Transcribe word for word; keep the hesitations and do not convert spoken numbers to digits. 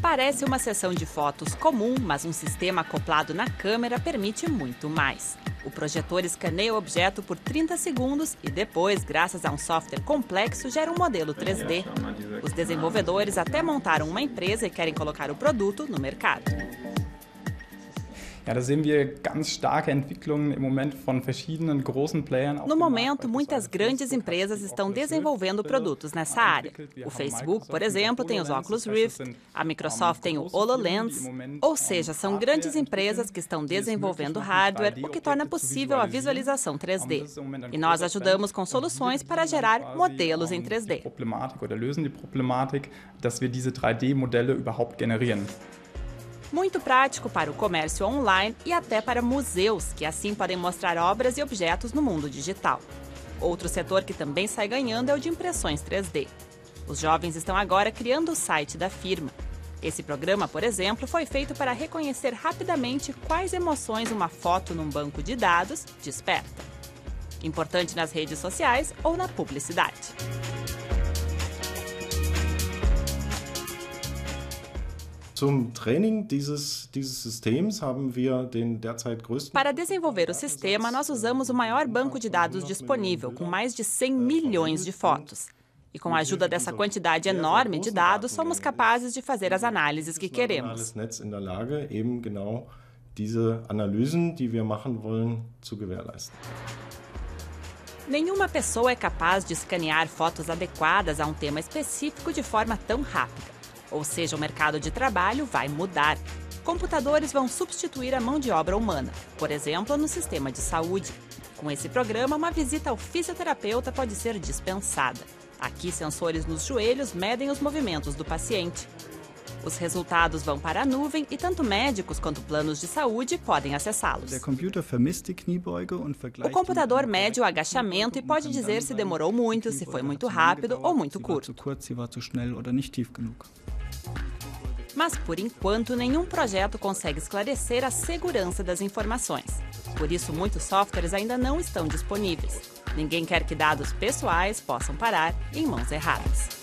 Parece uma sessão de fotos comum, mas um sistema acoplado na câmera permite muito mais. O projetor escaneia o objeto por trinta segundos e depois, graças a um software complexo, gera um modelo três D. Os desenvolvedores até montaram uma empresa e querem colocar o produto no mercado. No momento, muitas grandes empresas estão desenvolvendo produtos nessa área. O Facebook, por exemplo, tem os Oculus Rift, a Microsoft tem o HoloLens, ou seja, são grandes empresas que estão desenvolvendo hardware, o que torna possível a visualização três D. E nós ajudamos com soluções para gerar modelos em três D. Muito prático para o comércio online e até para museus, que assim podem mostrar obras e objetos no mundo digital. Outro setor que também sai ganhando é o de impressões três D. Os jovens estão agora criando o site da firma. Esse programa, por exemplo, foi feito para reconhecer rapidamente quais emoções uma foto num banco de dados desperta. Importante nas redes sociais ou na publicidade. Para desenvolver o sistema, nós usamos o maior banco de dados disponível, com mais de cem milhões de fotos. E com a ajuda dessa quantidade enorme de dados, somos capazes de fazer as análises que queremos. Nenhuma pessoa é capaz de escanear fotos adequadas a um tema específico de forma tão rápida. Ou seja, o mercado de trabalho vai mudar. Computadores vão substituir a mão de obra humana, por exemplo, no sistema de saúde. Com esse programa, uma visita ao fisioterapeuta pode ser dispensada. Aqui, sensores nos joelhos medem os movimentos do paciente. Os resultados vão para a nuvem e tanto médicos quanto planos de saúde podem acessá-los. O computador mede o agachamento e pode dizer se demorou muito, se foi muito rápido ou muito curto. Mas, por enquanto, nenhum projeto consegue esclarecer a segurança das informações. Por isso, muitos softwares ainda não estão disponíveis. Ninguém quer que dados pessoais possam parar em mãos erradas.